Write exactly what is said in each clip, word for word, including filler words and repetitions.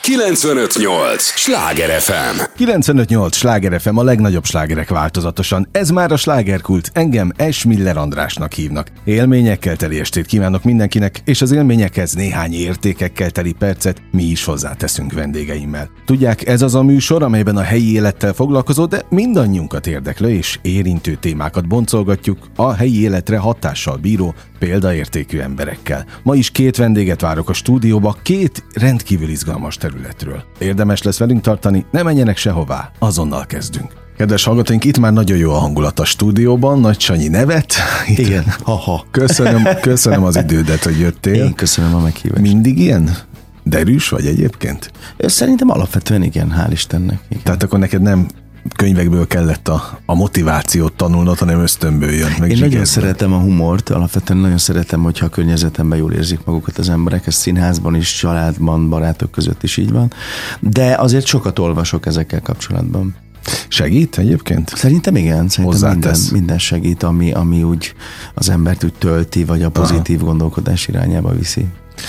kilencvenöt nyolc Sláger ef em. kilencvenöt nyolc Sláger ef em, a legnagyobb slágerek változatosan. Ez már a slágerkult. Engem S. Miller Andrásnak hívnak. Élményekkel teli estét kívánok mindenkinek, és az élményekhez néhány értékekkel teli percet mi is hozzáteszünk vendégeimmel. Tudják, ez az a műsor, amelyben a helyi élettel foglalkozó, de mindannyiunkat érdeklő és érintő témákat boncolgatjuk a helyi életre hatással bíró, példaértékű emberekkel. Ma is két vendéget várok a stúdióba, két rendkívül izgalmas területről. Érdemes lesz velünk tartani, ne menjenek sehová, azonnal kezdünk. Kedves hallgatóink, itt már nagyon jó a hangulat a stúdióban, Nagy Sanyi nevet. Itt igen, haha. Köszönöm, köszönöm az idődet, hogy jöttél. Én köszönöm a meghívást. Mindig ilyen derűs vagy egyébként? Szerintem alapvetően igen, hál' Istennek. Igen. Tehát akkor neked nem könyvekből kellett a, a motivációt tanulnod, hanem ösztönből jön. Meg Én zsigerből. Nagyon szeretem a humort, alapvetően nagyon szeretem, hogyha a környezetemben jól érzik magukat az emberek, ez színházban is, családban, barátok között is így van, de azért sokat olvasok ezekkel kapcsolatban. Segít egyébként? Szerintem igen, szerintem minden, Hozzátesz. minden segít, ami, ami úgy az embert úgy tölti, vagy a pozitív Aha. gondolkodás irányába viszi.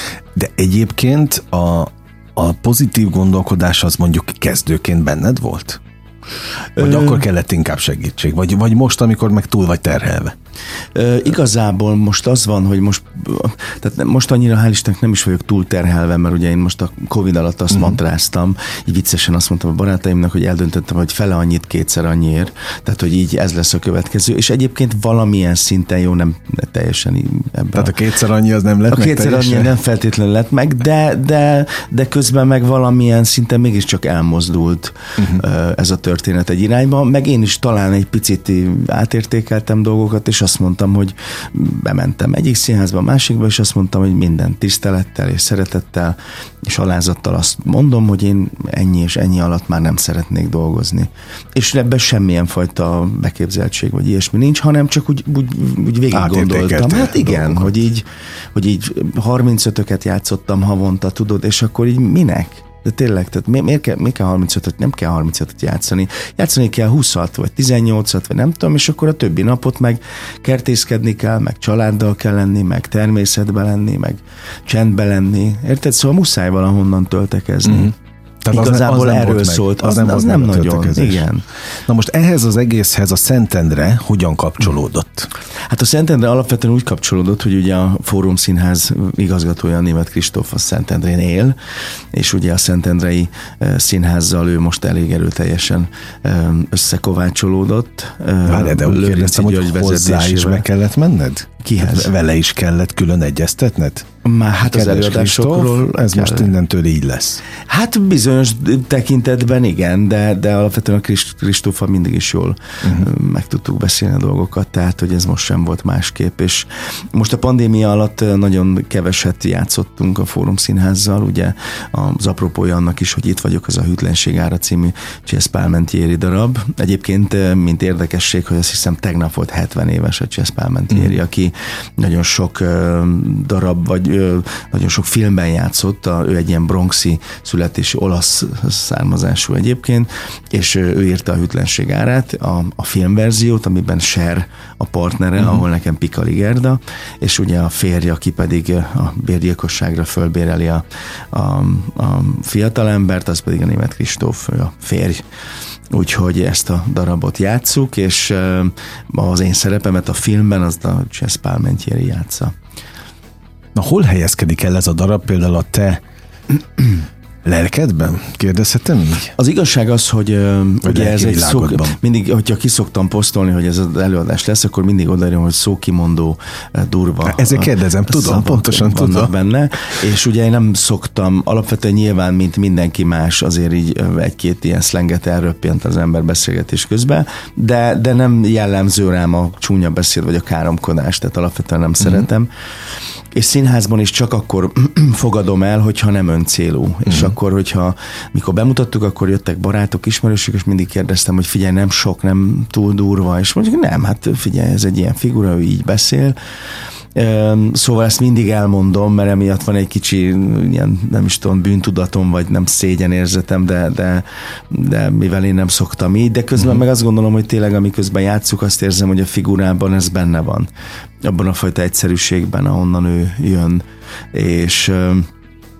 De egyébként a, a pozitív gondolkodás az mondjuk kezdőként benned volt? Vagy Ö... akkor kellett inkább segítség? Vagy, vagy most, amikor meg túl vagy terhelve? Ö, igazából most az van, hogy most, tehát most annyira hál' Istennek nem is vagyok túl terhelve, mert ugye én most a Covid alatt azt mm. mantráztam, így viccesen azt mondtam a barátaimnak, hogy eldöntöttem, hogy fele annyit kétszer annyiért, tehát hogy így ez lesz a következő, és egyébként valamilyen szinten jó, nem teljesen ebben. Tehát a kétszer annyi az nem lett a meg kétszer teljesen? annyi nem feltétlenül lett meg, de, de, de közben meg valamilyen szinten mégiscsak elmozdult uh-huh. ez a történet egy irányba, meg én is talán egy picit átértékeltem dolgokat, és azt mondtam, hogy bementem egyik színházba, másikba, és azt mondtam, hogy minden tisztelettel és szeretettel és alázattal azt mondom, hogy én ennyi és ennyi alatt már nem szeretnék dolgozni. És ebben semmilyen fajta beképzeltség vagy ilyesmi nincs, hanem csak úgy, úgy, úgy végig gondoltam. Hát igen, dolgokat. hogy így, hogy így harmincötöket játszottam havonta, tudod, és akkor így minek? De tényleg, tehát mi, miért kell, miért kell harmincötöt, nem kell harmincötöt játszani. Játszani kell húszat, vagy tizennyolcat, vagy nem tudom, és akkor a többi napot meg kertészkedni kell, meg családdal kell lenni, meg természetben lenni, meg csendben lenni. Érted? Szóval muszáj valahonnan töltekezni. Mm-hmm. Tehát igazából az ne, az erről szólt, az, az nem, az nem nagyon. Igen. Na most ehhez az egészhez a Szentendre hogyan kapcsolódott? Hát a Szentendre alapvetően úgy kapcsolódott, hogy ugye a Fórum Színház igazgatója, Németh Kristóf a Szentendrén él, és ugye a Szentendrei Színházzal ő most elég erőteljesen összekovácsolódott. Várj, de úgy kérdeztem, hogy hozzá is be kellett menned? Kihez? Vele is kellett külön egyeztetned? Már hát az előadásokról ez kell. Most innentől így lesz. Hát bizonyos tekintetben igen, de, de alapvetően a Kristóffal mindig is jól uh-huh. meg tudtuk beszélni a dolgokat, tehát hogy ez most sem volt másképp, és most a pandémia alatt nagyon keveset játszottunk a Fórum Színházzal, ugye az apropója annak is, hogy itt vagyok, az a Hűtlenség ára című Chess Palmentieri darab. Egyébként, mint érdekesség, hogy azt hiszem tegnap volt hetven éves a Chess Palmentieri, uh-huh. aki nagyon sok darab, vagy nagyon sok filmben játszott, a, ő egy ilyen bronxi születésű olasz származású egyébként, és ő írta a Hűtlenség árát, a, a filmverziót, amiben Cher a partnere, uh-huh. ahol nekem Pikali Gerda, és ugye a férje, aki pedig a bérgyilkosságra fölbéreli a, a, a fiatalembert, az pedig a Németh Kristóf, a férj. Úgyhogy ezt a darabot játsszuk, és az én szerepemet a filmben az a Chess Palmentieri játsza. Na, hol helyezkedik el ez a darab például a te lelkedben? Kérdezhetem így? Az igazság az, hogy vagy ugye ez egy szó, mindig, hogyha kiszoktam posztolni, hogy ez az előadás lesz, akkor mindig odaírom, hogy szókimondó, durva. Ezért kérdezem, tudom, pontosan tudom. Benne, és ugye én nem szoktam, alapvetően nyilván, mint mindenki más, azért így egy-két ilyen szlenget elröppent az ember beszélgetés közben, de, de nem jellemző rám a csúnya beszéd, vagy a káromkodás, tehát alapvetően nem mm. szeretem. És színházban is csak akkor fogadom el, hogyha nem öncélú. Mm. És akkor, hogyha mikor bemutattuk, akkor jöttek barátok, ismerősök, és mindig kérdeztem, hogy figyelj, nem sok, nem túl durva, és mondjuk nem, hát figyelj, ez egy ilyen figura, ő így beszél. Szóval ezt mindig elmondom, mert emiatt van egy kicsi ilyen, nem is tudom, bűntudatom, vagy nem szégyenérzetem, de, de, de mivel én nem szoktam így, de közben mm. meg azt gondolom, hogy tényleg amiközben játsszuk, azt érzem, hogy a figurában ez benne van. Abban a fajta egyszerűségben, ahonnan ő jön. És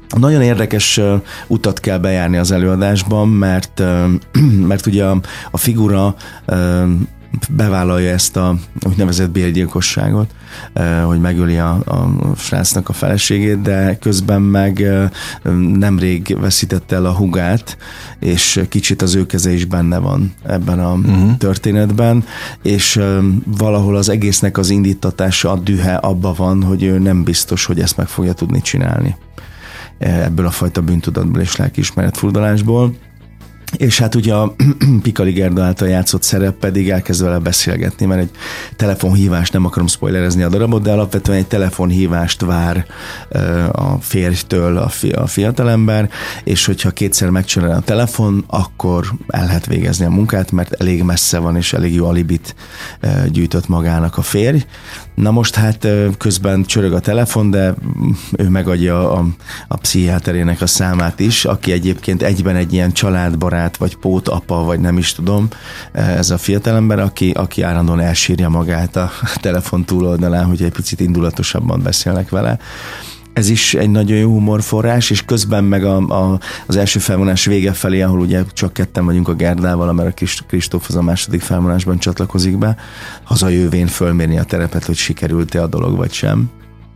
Nagyon érdekes utat kell bejárni az előadásban, mert, mert ugye a, a figura bevállalja ezt a úgynevezett bérgyilkosságot, hogy megöli a, a srácnak a feleségét, de közben meg nemrég veszítette el a hugát, és kicsit az ő keze is benne van ebben a uh-huh. történetben, és valahol az egésznek az indítatása, a dühe abban van, hogy ő nem biztos, hogy ezt meg fogja tudni csinálni ebből a fajta bűntudatból és lelkiismeret furdalásból. És hát ugye a Pikali Gerda által játszott szerep pedig elkezd vele beszélgetni, mert egy telefonhívást, nem akarom spoilerezni a darabot, de alapvetően egy telefonhívást vár a férjtől a, fi, a fiatalember, és hogyha kétszer megcsinál a telefon, akkor el lehet végezni a munkát, mert elég messze van, és elég jó alibit gyűjtött magának a férj. Na most hát közben csörög a telefon, de ő megadja a, a pszichiáterének a számát is, aki egyébként egyben egy ilyen családbarát, vagy pótapa, vagy nem is tudom, ez a fiatalember, aki, aki állandóan elsírja magát a telefon túloldalán, hogy egy picit indulatosabban beszélnek vele. Ez is egy nagyon jó humorforrás, és közben meg a, a, az első felvonás vége felé, ahol ugye csak ketten vagyunk a Gerdával, mert a Kristóf az a második felvonásban csatlakozik be, hazajövén fölmérni a terepet, hogy sikerült-e a dolog, vagy sem.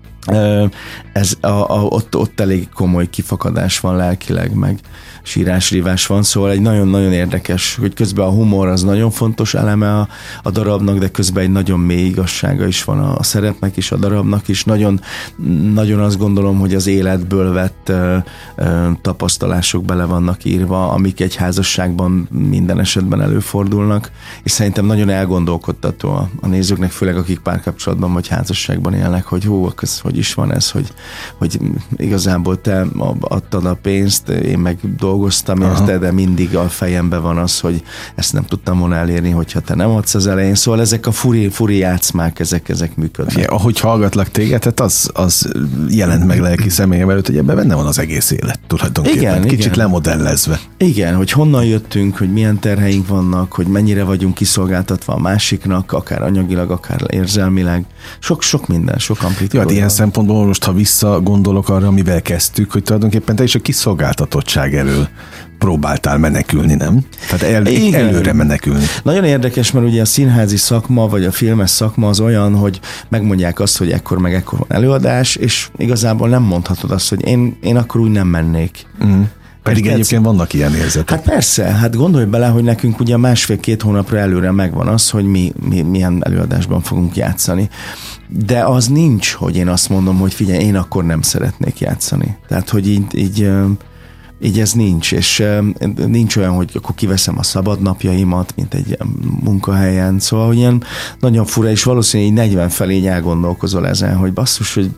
Ez a, a, ott, ott elég komoly kifakadás van lelkileg, meg sírás-rívás van, szóval egy nagyon-nagyon érdekes, hogy közben a humor az nagyon fontos eleme a, a darabnak, de közben egy nagyon mély igazsága is van a, a szerepnek is, a darabnak is. Nagyon, nagyon azt gondolom, hogy az életből vett ö, ö, tapasztalások bele vannak írva, amik egy házasságban minden esetben előfordulnak, és szerintem nagyon elgondolkodtató a, a nézőknek, főleg akik párkapcsolatban vagy házasságban élnek, hogy hú, ez hogy is van ez, hogy, hogy igazából te adtad a pénzt, én meg dolgoztam érte, de mindig a fejemben van az, hogy ezt nem tudtam volna elérni, hogyha te nem adsz az elején. Szóval ezek a furi, furi játszmák, ezek, ezek működnek. Ja, ahogy hallgatlak téged, tehát az, az jelent meg lelki személyem előtt, hogy ebben benne van az egész élet tulajdonképpen. Igen, kicsit igen. Lemodellezve. Igen, hogy honnan jöttünk, hogy milyen terheink vannak, hogy mennyire vagyunk kiszolgáltatva a másiknak, akár anyagilag, akár érzelmileg. Sok-sok minden, sok amplitúda. Ja, ilyen szempontból most, ha visszagondolok arra, amivel kezdtük, hogy tulajdonképpen te is a kiszolgáltatottság elől próbáltál menekülni, nem? Tehát el, előre menekülni. Nagyon érdekes, mert ugye a színházi szakma, vagy a filmes szakma az olyan, hogy megmondják azt, hogy ekkor meg ekkor van előadás, és igazából nem mondhatod azt, hogy én, én akkor úgy nem mennék. Mm. Pedig egyébként vannak ilyen érzetek. Hát persze, hát gondolj bele, hogy nekünk ugye másfél-két hónapra előre megvan az, hogy mi, mi milyen előadásban fogunk játszani. De az nincs, hogy én azt mondom, hogy figyelj, én akkor nem szeretnék játszani. Tehát, hogy így, így, így ez nincs, és nincs olyan, hogy akkor kiveszem a szabadnapjaimat, mint egy munkahelyen. Szóval, hogy ilyen nagyon fura, és valószínűleg így negyven felé így elgondolkozol ezen, hogy basszus, hogy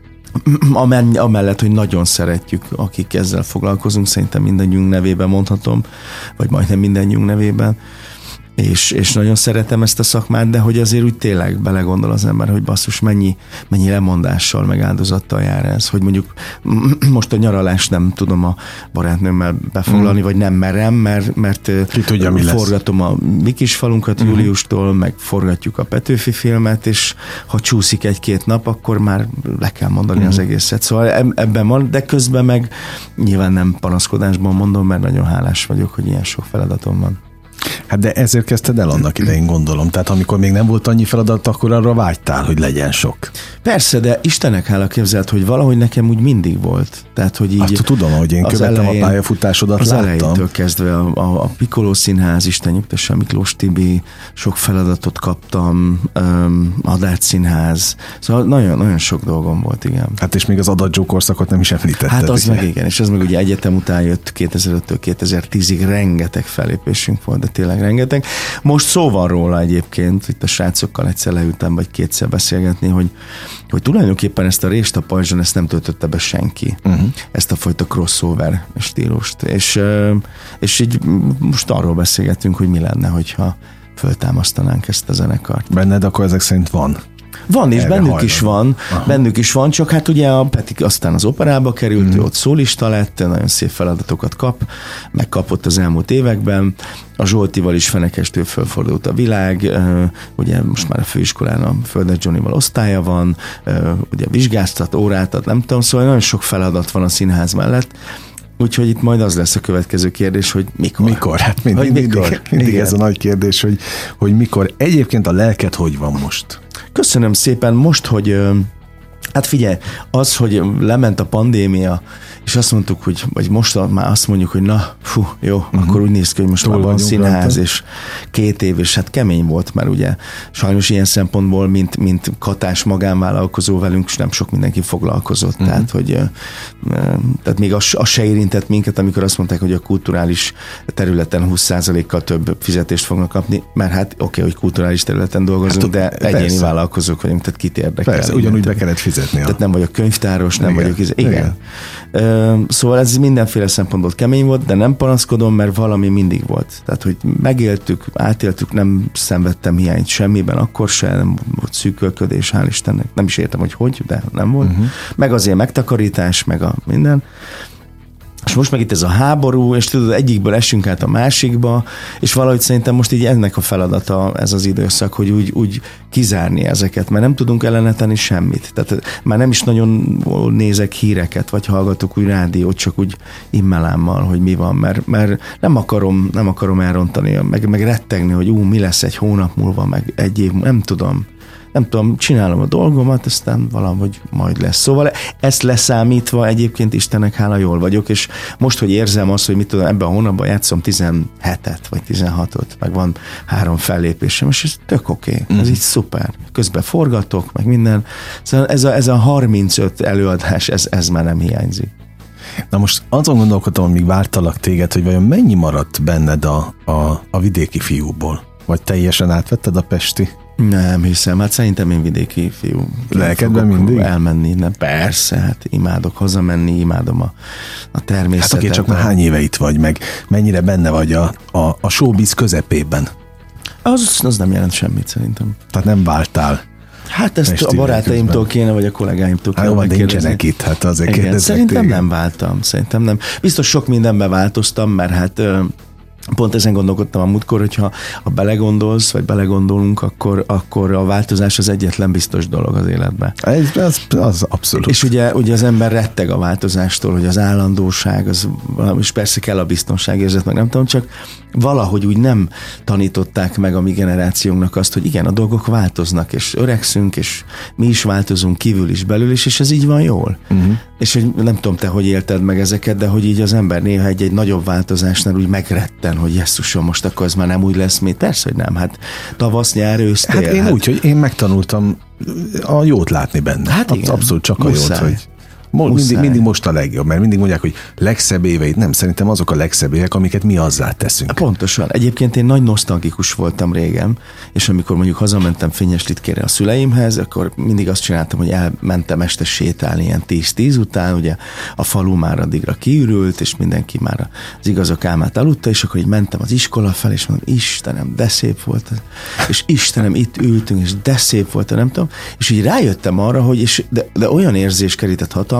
amellett, hogy nagyon szeretjük, akik ezzel foglalkozunk, szerintem mindannyiunk nevében mondhatom, vagy majdnem mindannyiunk nevében, és, és nagyon szeretem ezt a szakmát, de hogy azért úgy tényleg belegondol az ember, hogy basszus, mennyi, mennyi lemondással, meg áldozattal jár ez, hogy mondjuk most a nyaralást nem tudom a barátnőmmel befoglalni, mm. vagy nem merem, mert, mert tudja, forgatom a mi kis falunkat mm. júliustól, meg forgatjuk a Petőfi filmet, és ha csúszik egy-két nap, akkor már le kell mondani mm. az egészet. Szóval ebben van, de közben meg nyilván nem panaszkodásban mondom, mert nagyon hálás vagyok, hogy ilyen sok feladatom van. Hát de ezért kezdted el annak idején, gondolom. Tehát amikor még nem volt annyi feladat, akkor arra vágytál, hogy legyen sok. Persze, de Istennek hála képzelt, hogy valahogy nekem úgy mindig volt. Tehát, hogy így azt tudom, hogy én követtem elején, a pályafutásodat, az láttam. Az elejétől kezdve a, a, a Piccolo Színház, Isten nyugtassa, Miklós Tibi, sok feladatot kaptam, um, Adács Színház, szóval nagyon, nagyon sok dolgom volt, igen. Hát és még az Adagio korszakot nem is említetted. Hát az meg igen, és ez meg ugye egyetem után jött kétezer-öttől kétezer-tízig, rengeteg fellépésünk volt, de tényleg rengeteg. Most szó van róla egyébként, itt a srácokkal egyszer leültem, vagy kétszer beszélgetni, hogy, hogy tulajdonképpen ezt a rést a pajzson, ezt nem töltötte be senki. Uh-huh. Ezt a fajta crossover stílust. És, és így most arról beszélgetünk, hogy mi lenne, hogyha föltámasztanánk ezt a zenekart. Benned akkor ezek szerint van Van, és bennük hajlan. is van, Aha. bennük is van, csak hát ugye a Peti aztán az operába került, mm. ő ott szólista lett, nagyon szép feladatokat kap, megkapott az elmúlt években, a Zsoltival is fenekestől fölfordult a világ, ugye most már a főiskolán a Földes Johnnyval osztálya van, ugye vizsgáztat, órát ad, nem tudom, szóval nagyon sok feladat van a színház mellett, úgyhogy itt majd az lesz a következő kérdés, hogy mikor. Mikor? Hát mindig, mikor? mindig, mindig ez a nagy kérdés, hogy, hogy mikor. Egyébként a lelked hogy van most? Köszönöm szépen. Most, hogy hát figyelj, az, hogy lement a pandémia, és azt mondtuk, hogy vagy most már azt mondjuk, hogy na, fú, jó, uh-huh. akkor úgy néz ki, hogy most már van színház, rajta. És két év, és hát kemény volt, mert ugye sajnos ilyen szempontból, mint, mint katás magánvállalkozó velünk nem sok mindenki foglalkozott, uh-huh. tehát, hogy tehát még az, az se érintett minket, amikor azt mondták, hogy a kulturális területen húsz százalékkal több fizetést fognak kapni, mert hát oké, okay, hogy kulturális területen dolgozunk, hát, de persze. egyéni vállalkozók vagyunk, tehát kit érdekel. Persze, ugyanúgy be kellett fizetni. Tehát nem vagyok könyvtáros, nem igen. vagyok... Igen. igen. Szóval ez mindenféle szempontból kemény volt, de nem panaszkodom, mert valami mindig volt. Tehát, hogy megéltük, átéltük, nem szenvedtem hiányt semmiben, akkor se, nem volt szűkölködés, hál' Istennek. Nem is értem, hogy hogy, de nem volt. Uh-huh. Meg azért megtakarítás, meg a minden. És most meg itt ez a háború, és tudod, egyikből esünk át a másikba, és valahogy szerintem most így ennek a feladata ez az időszak, hogy úgy, úgy kizárni ezeket, mert nem tudunk ellene tenni semmit. Tehát már nem is nagyon nézek híreket, vagy hallgatok úgy rádiót, csak úgy immelámmal, hogy mi van, mert, mert nem akarom, nem akarom elrontani, meg, meg rettegni, hogy ú, mi lesz egy hónap múlva, meg egy év múlva, nem tudom. Nem tudom, csinálom a dolgomat, aztán valahogy majd lesz. Szóval ezt leszámítva egyébként Istennek hála jól vagyok, és most, hogy érzem azt, hogy mit tudom, ebben a hónapban játszom tizenhetet, vagy tizenhatot, meg van három fellépésem, és ez tök oké, okay. mm. ez így szuper. Közben forgatok, meg minden. Szóval ez a, ez a harmincöt előadás, ez, ez már nem hiányzik. Na most azon gondolkodtam, amíg vártalak téged, hogy vajon mennyi maradt benned a, a, a vidéki fiúból? Vagy teljesen átvetted a pesti? Nem hiszem, hát szerintem én vidéki fiú. Lelkedben mindig? Elmenni, nem, persze, hát imádok hazamenni, imádom a, a természetet. Hát oké, csak már hány éve itt vagy, meg mennyire benne vagy a, a, a showbiz közepében? Az, az nem jelent semmit szerintem. Tehát nem váltál? Hát ezt a barátaimtól kéne, vagy a kollégáimtól kéne hát, megkérdezni. Nincsenek itt, hát azért kérdezek Szerintem téged. nem váltam, szerintem nem. Biztos sok mindenben változtam, mert hát... Pont ezen gondolkodtam a múltkor, hogyha ha belegondolsz, vagy belegondolunk, akkor, akkor a változás az egyetlen biztos dolog az életben. Ez, az, az abszolút. És ugye, ugye az ember retteg a változástól, hogy az állandóság, az, és persze kell a biztonságérzet, meg nem tudom, csak valahogy úgy nem tanították meg a mi generációnknak azt, hogy igen, a dolgok változnak, és öregszünk, és mi is változunk kívül is, belül is, és ez így van jól. Uh-huh. És hogy nem tudom te, hogy élted meg ezeket, de hogy így az ember néha egy-egy nagyobb változásnál úgy megretten, hogy jesszusom, most akkor ez már nem úgy lesz, mint persze, hogy nem. Hát tavasz, nyár, ősz, tél. Hát én hát... úgy, hogy én megtanultam a jót látni benne. Hát igen, abszolút csak a jót, hogy mindig, mindig most a legjobb, mert mindig mondják, hogy legszebb éveit, nem, szerintem azok a legszebb évek, amiket mi azzá teszünk. Pontosan. Egyébként én nagy nosztalgikus voltam régen, és amikor mondjuk hazamentem Fényeslitkére a szüleimhez, akkor mindig azt csináltam, hogy elmentem este sétálni ilyen tíz-tíz után, ugye a falu már addigra kiürült, és mindenki már az igazak álmát aludta, és akkor így mentem az iskola fel, és mondom, Istenem, de szép volt ez. És Istenem, itt ültünk, és de szép volt, nem tudom. És így rájöttem arra, hogy és de, de olyan érzés kerített hatalmába,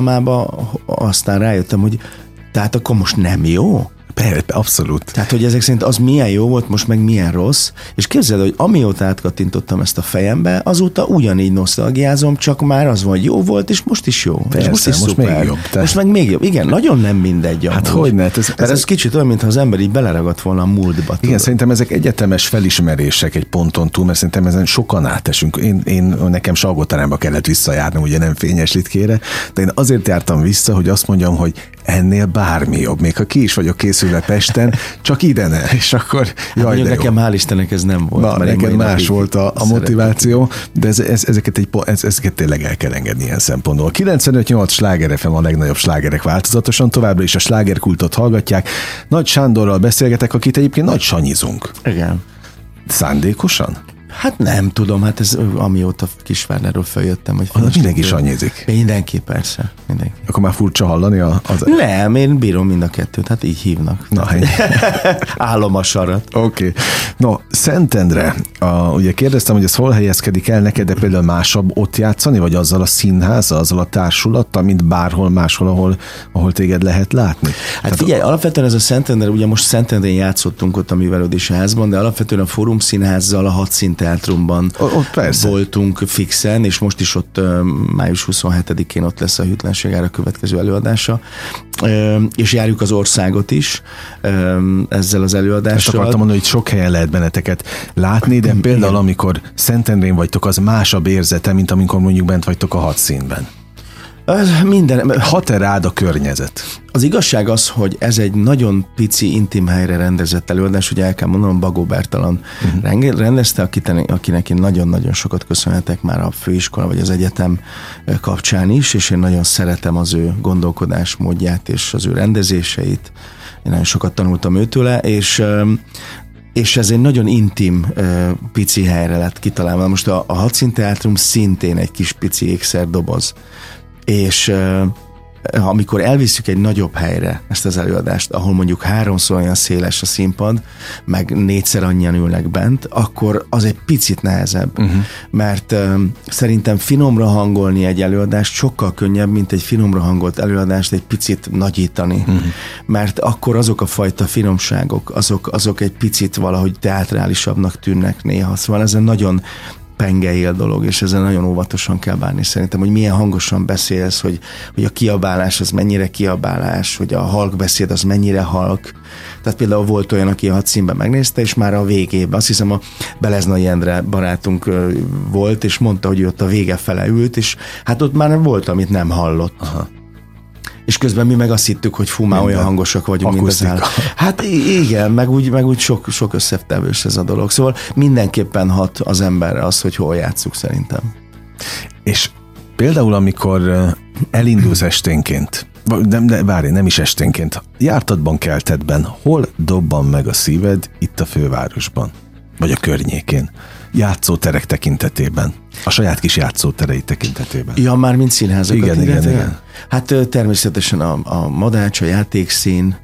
aztán rájöttem, hogy tehát akkor most nem jó? Persze, abszolút. Tehát, hogy ezek szerint az milyen jó volt, most meg milyen rossz, és képzeld, hogy amióta átkattintottam ezt a fejembe, azóta ugyanígy nosztalgiázom, csak már az van, hogy jó volt, és most is jó. Persze, és most is most szuper. még jobb. Te... Most meg még jobb. Igen, nagyon nem mindegy. Hát hogy ne? Ez, ez, ez, ez kicsit olyan, mintha az ember így beleragadt volna a múltba. Igen, tudod. Szerintem ezek egyetemes felismerések egy ponton túl, mert szerintem ezen sokan átesünk. Én, én nekem Salgótarjánba kellett visszajárnom, ugye nem Fényeslitkére, de én azért jártam vissza, hogy azt mondjam, hogy ennél bármi jobb. Még ha ki is vagyok készülve Pesten, csak ide ne, és akkor jaj, hát, de nekem hál' Istennek ez nem volt. Na, neked más volt a, a motiváció, de ez, ez, ezeket, egy, ez, ezeket tényleg el kell engedni ilyen szempontból. kilencvenöt nyolc Sláger ef em a legnagyobb slágerek változatosan, továbbra is a slágerkultot hallgatják. Nagy Sándorral beszélgetek, akit egyébként nagy sanyizunk. Igen. Szándékosan? Hát nem tudom, hát ez amióta Kisvárdáról feljöttem, hogy az mindenki is annyizik. Mindenki, persze. Mindenki. Akkor már furcsa hallani a, az... Nem, én bírom mind a kettőt, hát így hívnak. Na, állom a sarat. Oké. Okay. No, Szentendre, a, ugye kérdeztem, hogy ez hol helyezkedik el neked, de például másabb ott játszani, vagy azzal a színházzal, azzal a társulattal, mint bárhol máshol, ahol, ahol téged lehet látni? Hát Tehát figyelj, a... alapvetően ez a Szentendre, ugye most Szentendrén játszottunk ott a művelődési házban, de alapvetően a Fórum Színházzal, a Hadszín Teátrumban voltunk fixen, és most is ott május huszonhetedikén ott lesz a Hűtlenség ára következő előadása, és járjuk az országot is ezzel az előadással. Ezt akartam mondani, hogy sok helyen lehet benneteket látni, de például igen. Amikor Szentendrén vagytok, az másabb érzete, mint amikor mondjuk bent vagytok a Hadszínben. Minden. Hat-e rád a környezet? Az igazság az, hogy ez egy nagyon pici, intim helyre rendezett előadás, ugye el kell mondanom, Bagó Bertalan uh-huh. rendezte, akinek én nagyon-nagyon sokat köszönhetek már a főiskola vagy az egyetem kapcsán is, és én nagyon szeretem az ő gondolkodásmódját és az ő rendezéseit. Én nagyon sokat tanultam őtőle, és és ez egy nagyon intim, pici helyre lett kitalálva. Most a, a Hadszín Teátrum szintén egy kis pici ékszerdoboz. És uh, amikor elviszük egy nagyobb helyre ezt az előadást, ahol mondjuk háromszor olyan széles a színpad, meg négyszer annyian ülnek bent, akkor az egy picit nehezebb. Uh-huh. Mert uh, szerintem finomra hangolni egy előadást sokkal könnyebb, mint egy finomra hangolt előadást egy picit nagyítani. Uh-huh. Mert akkor azok a fajta finomságok, azok, azok egy picit valahogy teátrálisabbnak tűnnek néha. Szóval ezen nagyon pengeél dolog, és ezzel nagyon óvatosan kell bánni szerintem, hogy milyen hangosan beszélsz, hogy, hogy a kiabálás az mennyire kiabálás, hogy a halk beszéd az mennyire halk. Tehát például volt olyan, aki a Hadszínben megnézte, és már a végében, azt hiszem a Beleznai Endre barátunk volt, és mondta, hogy ő ott a vége fele ült, és hát ott már volt, amit nem hallott. Aha. És közben mi meg azt hittük, hogy fú, már olyan hangosak vagyunk, mint az áll. Hát igen, meg úgy, meg úgy sok, sok összetevős ez a dolog. Szóval mindenképpen hat az emberre az, hogy hol játsszuk szerintem. És például, amikor elindulsz esténként, de, de várj, nem is esténként, jártatban, keltetben, hol dobban meg a szíved itt a fővárosban? Vagy a környékén? Játszóterek tekintetében. A saját kis játszóterei tekintetében. Ja, már mint színházak. Igen, igen, igen. Hát természetesen a, a Madács, a Játékszín,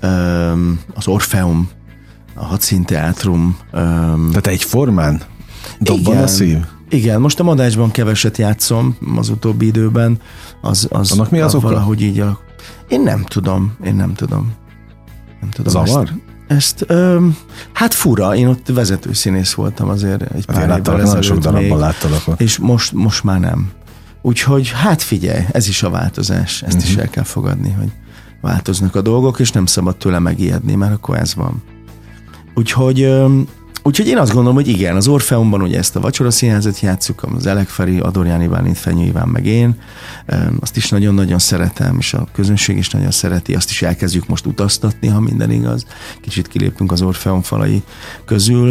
az Orfeum, a Hadszín Teátrum. Tehát egyformán dobban igen, a szív? Igen, most a Madácsban keveset játszom az utóbbi időben. Az, az Annak mi az oka? Valahogy így a... Én nem tudom, én nem tudom. Nem tudom. Zavar? Ezt, Ezt, öm, hát fura, én ott vezetőszínész voltam azért egy pár évvel ezelőtt még, és most, most már nem. Úgyhogy hát figyelj, ez is a változás, ezt uh-huh. is el kell fogadni, hogy változnak a dolgok, és nem szabad tőle megijedni, mert akkor ez van. Úgyhogy, öm, úgyhogy én azt gondolom, hogy igen, az Orfeumban ugye ezt a vacsoraszínházat játsszuk, az Elek Feri, Adorjáni Bálint, Fenyő Iván meg én, azt is nagyon-nagyon szeretem, és a közönség is nagyon szereti, azt is elkezdjük most utaztatni, ha minden igaz. Kicsit kilépünk az Orfeum falai közül.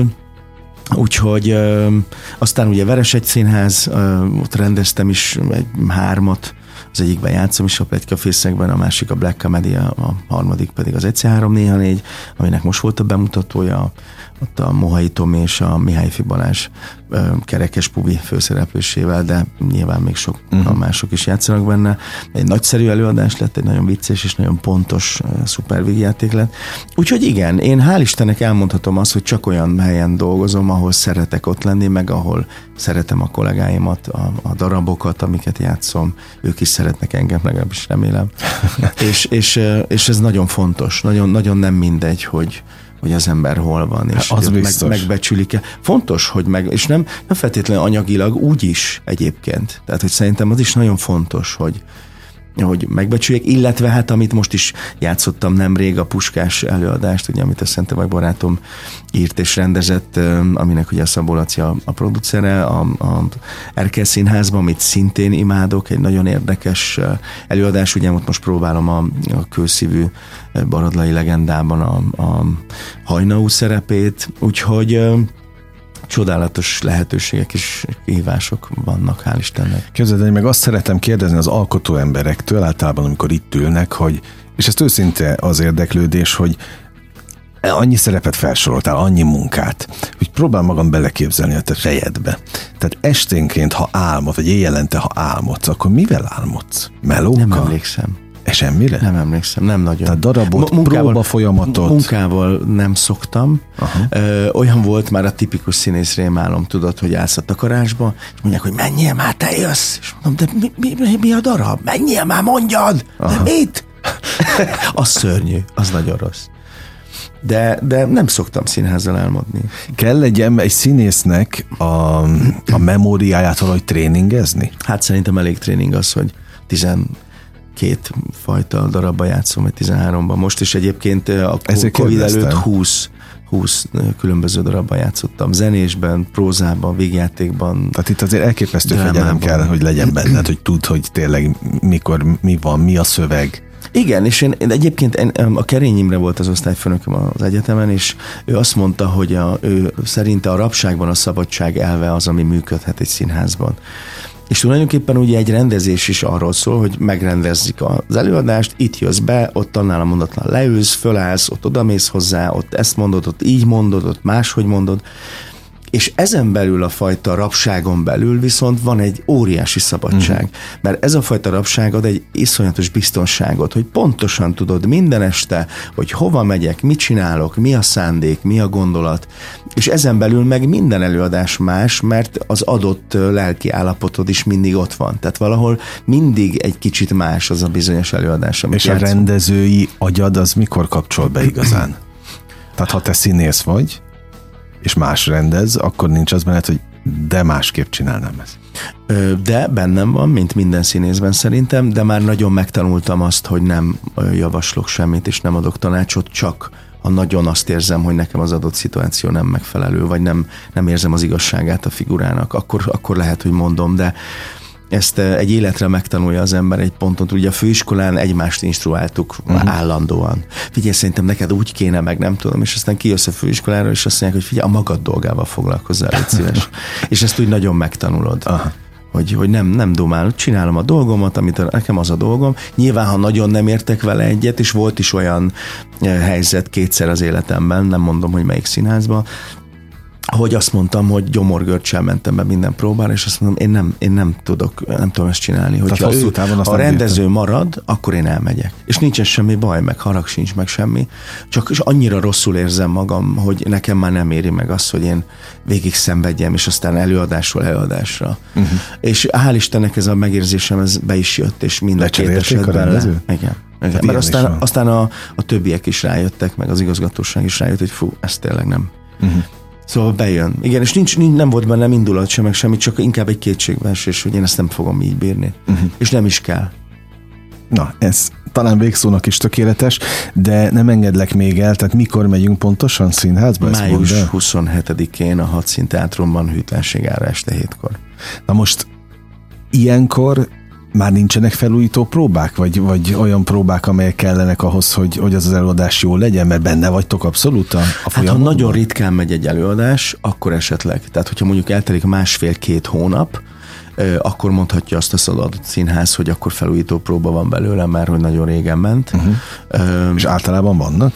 Úgyhogy ö, aztán ugye Veresegy Színház, ö, ott rendeztem is egy hármat, az egyikben játszom is a Pletykafészekben, a másik a Black Comedy, a harmadik pedig az Egyszer három néha négy, aminek most volt a bemutatója, ott a Mohai Tomi és a Mihályfi Balázs ö, Kerekes Pubi főszereplésével, de nyilván még sok uh-huh. mások is játszanak benne. Egy nagyszerű előadás lett, egy nagyon vicces és nagyon pontos ö, szuper vígjáték lett. Úgyhogy igen, én hál' Istennek elmondhatom azt, hogy csak olyan helyen dolgozom, ahol szeretek ott lenni, meg ahol szeretem a kollégáimat, a, a darabokat, amiket játszom. Ők is szeretnek engem, legalábbis remélem. és, és, és ez nagyon fontos, nagyon, nagyon nem mindegy, hogy hogy az ember hol van, és hát meg, megbecsülik-e. Fontos, hogy meg, és nem, nem feltétlenül anyagilag, úgy is egyébként. Tehát, hogy szerintem az is nagyon fontos, hogy, hogy megbecsüljék, illetve hát, amit most is játszottam nemrég, a Puskás előadást, ugye, amit a Szentemek barátom írt és rendezett, aminek ugye a Szabó Laci a, a producere, a, a Erkel Színházban, amit szintén imádok, egy nagyon érdekes előadás, ugye ott most próbálom a, a kőszívű baradlai legendában a, a Hajnaú szerepét, úgyhogy csodálatos lehetőségek és kihívások vannak, hál' Istennek. Képzeld, én meg azt szeretem kérdezni az alkotó emberektől, általában amikor itt ülnek, hogy, és ezt őszinte az érdeklődés, hogy annyi szerepet felsoroltál, annyi munkát, hogy próbál magam beleképzelni a te fejedbe. Tehát esténként, ha álmod, vagy éjjelente, ha álmodsz, akkor mivel álmodsz? Melókkal? Nem emlékszem. E semmire? Nem emlékszem, nem nagyon. Tehát darabot, munkával, próba folyamatot? Munkával nem szoktam. Ö, olyan volt már a tipikus színész rémálom, tudod, hogy állsz a takarásba, és mondják, hogy menjél már, te jössz. És mondom, de mi, mi, mi a darab? Menjél már, mondjad! De mit? Az szörnyű, az nagyon rossz. De, de nem szoktam színházzal álmodni. Kell egy, egy színésznek a, a memóriáját valahogy tréningezni? Hát szerintem elég tréning az, hogy tizen két fajta darabba játszom, vagy tizenháromban. Most is egyébként a Covid előtt húsz, húsz különböző darabban játszottam. Zenésben, prózában, végjátékban. Tehát itt azért elképesztő fegyelem kell, hogy legyen benned, hogy tudd, hogy tényleg mikor mi van, mi a szöveg. Igen, és én, én egyébként én, a Kerény Imre volt az osztályfőnököm az egyetemen, és ő azt mondta, hogy a, ő szerinte a rabságban a szabadság elve az, ami működhet egy színházban. És tulajdonképpen ugye egy rendezés is arról szól, hogy megrendezzik az előadást, itt jössz be, ott annál a mondatlan leülsz, fölállsz, ott odamész hozzá, ott ezt mondod, ott így mondod, ott máshogy mondod, és ezen belül a fajta rabságon belül viszont van egy óriási szabadság, mm. mert ez a fajta rabság ad egy iszonyatos biztonságot, hogy pontosan tudod minden este, hogy hova megyek, mit csinálok, mi a szándék, mi a gondolat, és ezen belül meg minden előadás más, mert az adott lelki állapotod is mindig ott van. Tehát valahol mindig egy kicsit más az a bizonyos előadás, amit És játszunk. A rendezői agyad az mikor kapcsol be igazán? Tehát ha te színész vagy, és más rendez, akkor nincs az benned, hogy de másképp csinálnám ezt. De bennem van, mint minden színészben szerintem, de már nagyon megtanultam azt, hogy nem javaslok semmit, és nem adok tanácsot, csak ha nagyon azt érzem, hogy nekem az adott szituáció nem megfelelő, vagy nem, nem érzem az igazságát a figurának, akkor, akkor lehet, hogy mondom, de ezt egy életre megtanulja az ember egy ponton. Ugye a főiskolán egymást instruáltuk uh-huh. állandóan. Figyelj, szerintem neked úgy kéne, meg nem tudom, és aztán kijössz a főiskolára, és azt mondják, hogy figyelj, a magad dolgával foglalkozzál, légy szíves. És ezt úgy nagyon megtanulod. Aha. Hogy, hogy nem, nem domálok, csinálom a dolgomat, amit a, nekem az a dolgom. Nyilván, ha nagyon nem értek vele egyet, és volt is olyan helyzet kétszer az életemben, nem mondom, hogy melyik színházban, hogy azt mondtam, hogy gyomorgörcsel mentem be minden próbára, és azt mondom, én nem, én nem tudok, nem tudom ezt csinálni. Hogyha ő, ha a rendező bírtam. marad, akkor én elmegyek. És nincsen semmi baj, meg harag sincs, meg semmi. Csak és annyira rosszul érzem magam, hogy nekem már nem éri meg az, hogy én végig szenvedjem, és aztán előadásról előadásra. Uh-huh. És hál' Istennek ez a megérzésem, ez be is jött, és mind a két esetben. Le. Igen. Igen. Mert aztán, aztán a, a többiek is rájöttek, meg az igazgatóság is rájött, hogy fú, ez tényleg nem. Uh-huh. Szóval bejön. Igen, és nincs, nincs, nem volt bennem indulat sem, meg semmi, csak inkább egy kétségbeesés, hogy én ezt nem fogom így bírni. Uh-huh. És nem is kell. Na, ez talán végszónak is tökéletes, de nem engedlek még el, tehát mikor megyünk pontosan színházba? május huszonhetedikén a Hadszín Teátrumban hűtlenségára este hétkor. Na most ilyenkor már nincsenek felújító próbák, vagy, vagy olyan próbák, amelyek kellenek ahhoz, hogy, hogy az az előadás jól legyen, mert benne vagytok abszolút a, a folyamatban? Hát ha nagyon ritkán megy egy előadás, akkor esetleg. Tehát, hogyha mondjuk eltelik másfél-két hónap, akkor mondhatja azt az adott színház, hogy akkor felújító próba van belőle, mert hogy nagyon régen ment. Uh-huh. Uh, És általában vannak?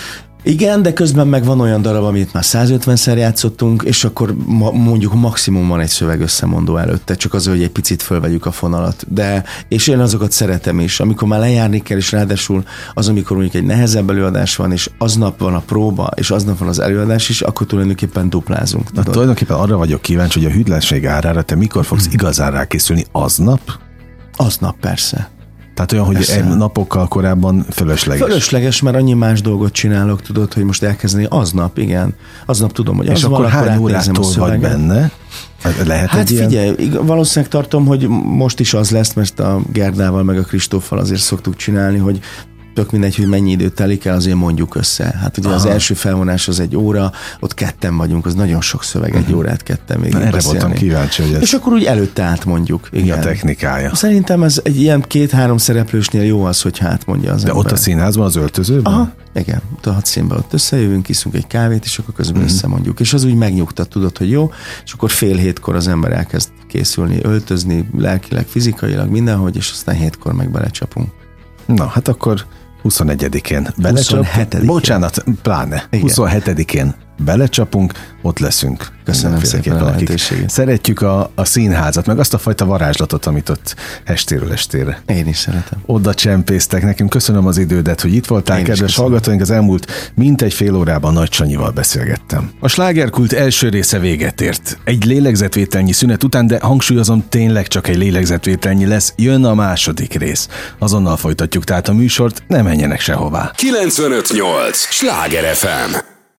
Igen, de közben meg van olyan darab, amit már százötvenszer játszottunk, és akkor ma, mondjuk maximum van egy szöveg összemondó előtte, csak az, hogy egy picit fölvegyük a fonalat. De, és én azokat szeretem is, amikor már lejárni kell, és ráadásul az, amikor mondjuk egy nehezebb előadás van, és aznap van a próba, és aznap van az előadás is, akkor tulajdonképpen duplázunk. Na, tulajdonképpen arra vagyok kíváncsi, hogy a hűtlenség árára te mikor fogsz hmm. igazán rákészülni? Aznap? Aznap, persze. Tehát olyan, hogy egy napokkal korábban fölösleges. Fölösleges, mert annyi más dolgot csinálok, tudod, hogy most elkezdeni aznap, igen. Aznap tudom, hogy az és van, akkor hány órától vagy benne? Lehet hát egy figyelj, ilyen? Valószínűleg tartom, hogy most is az lesz, mert a Gerdával meg a Kristóffal azért szoktuk csinálni, hogy tök mindegy, hogy mennyi időt telik el, azért mondjuk össze. Hát ugye Aha. az első felvonás az egy óra, ott ketten vagyunk, az nagyon sok szöveg, egy órát ketten végig beszélni. Erre voltam kíváncsi, hogy ez... És akkor úgy előtte átmondjuk. Mi a technikája? Szerintem ez egy ilyen két-három szereplősnél jó az, hogy átmondja az De ember. Ott a színházban, az öltözőben? Aha, igen. Ott a Hadszínben ott összejövünk, iszunk egy kávét, és akkor közben mm-hmm. összemondjuk. És az úgy megnyugtat, tudod, hogy jó, és akkor fél hétkor az ember elkezd készülni, öltözni, lelkileg, fizikailag, mindenhogy, és aztán hétkor meg belecsapunk. Na, hát akkor huszonegyedikén belecsapunk. huszonhetedikén. Bocsánat, pláne. Igen. huszonhetedikén belecsapunk, ott leszünk. Köszönöm szépen a lehetőséget. Szeretjük a, a színházat, meg azt a fajta varázslatot, amit ott estéről estére. Én is szeretem. Oda csempésztek nekünk. Köszönöm az idődet, hogy itt voltál, Én kedves hallgatóink. Az elmúlt mintegy fél órában Nagy Sanyival beszélgettem. A Slágerkult első része véget ért. Egy lélegzetvételnyi szünet után, de hangsúlyozom, tényleg csak egy lélegzetvételnyi lesz. Jön a második rész. Azonnal folytatjuk tehát a műsort, ne menjenek sehová. kilencvenöt nyolc Sláger ef em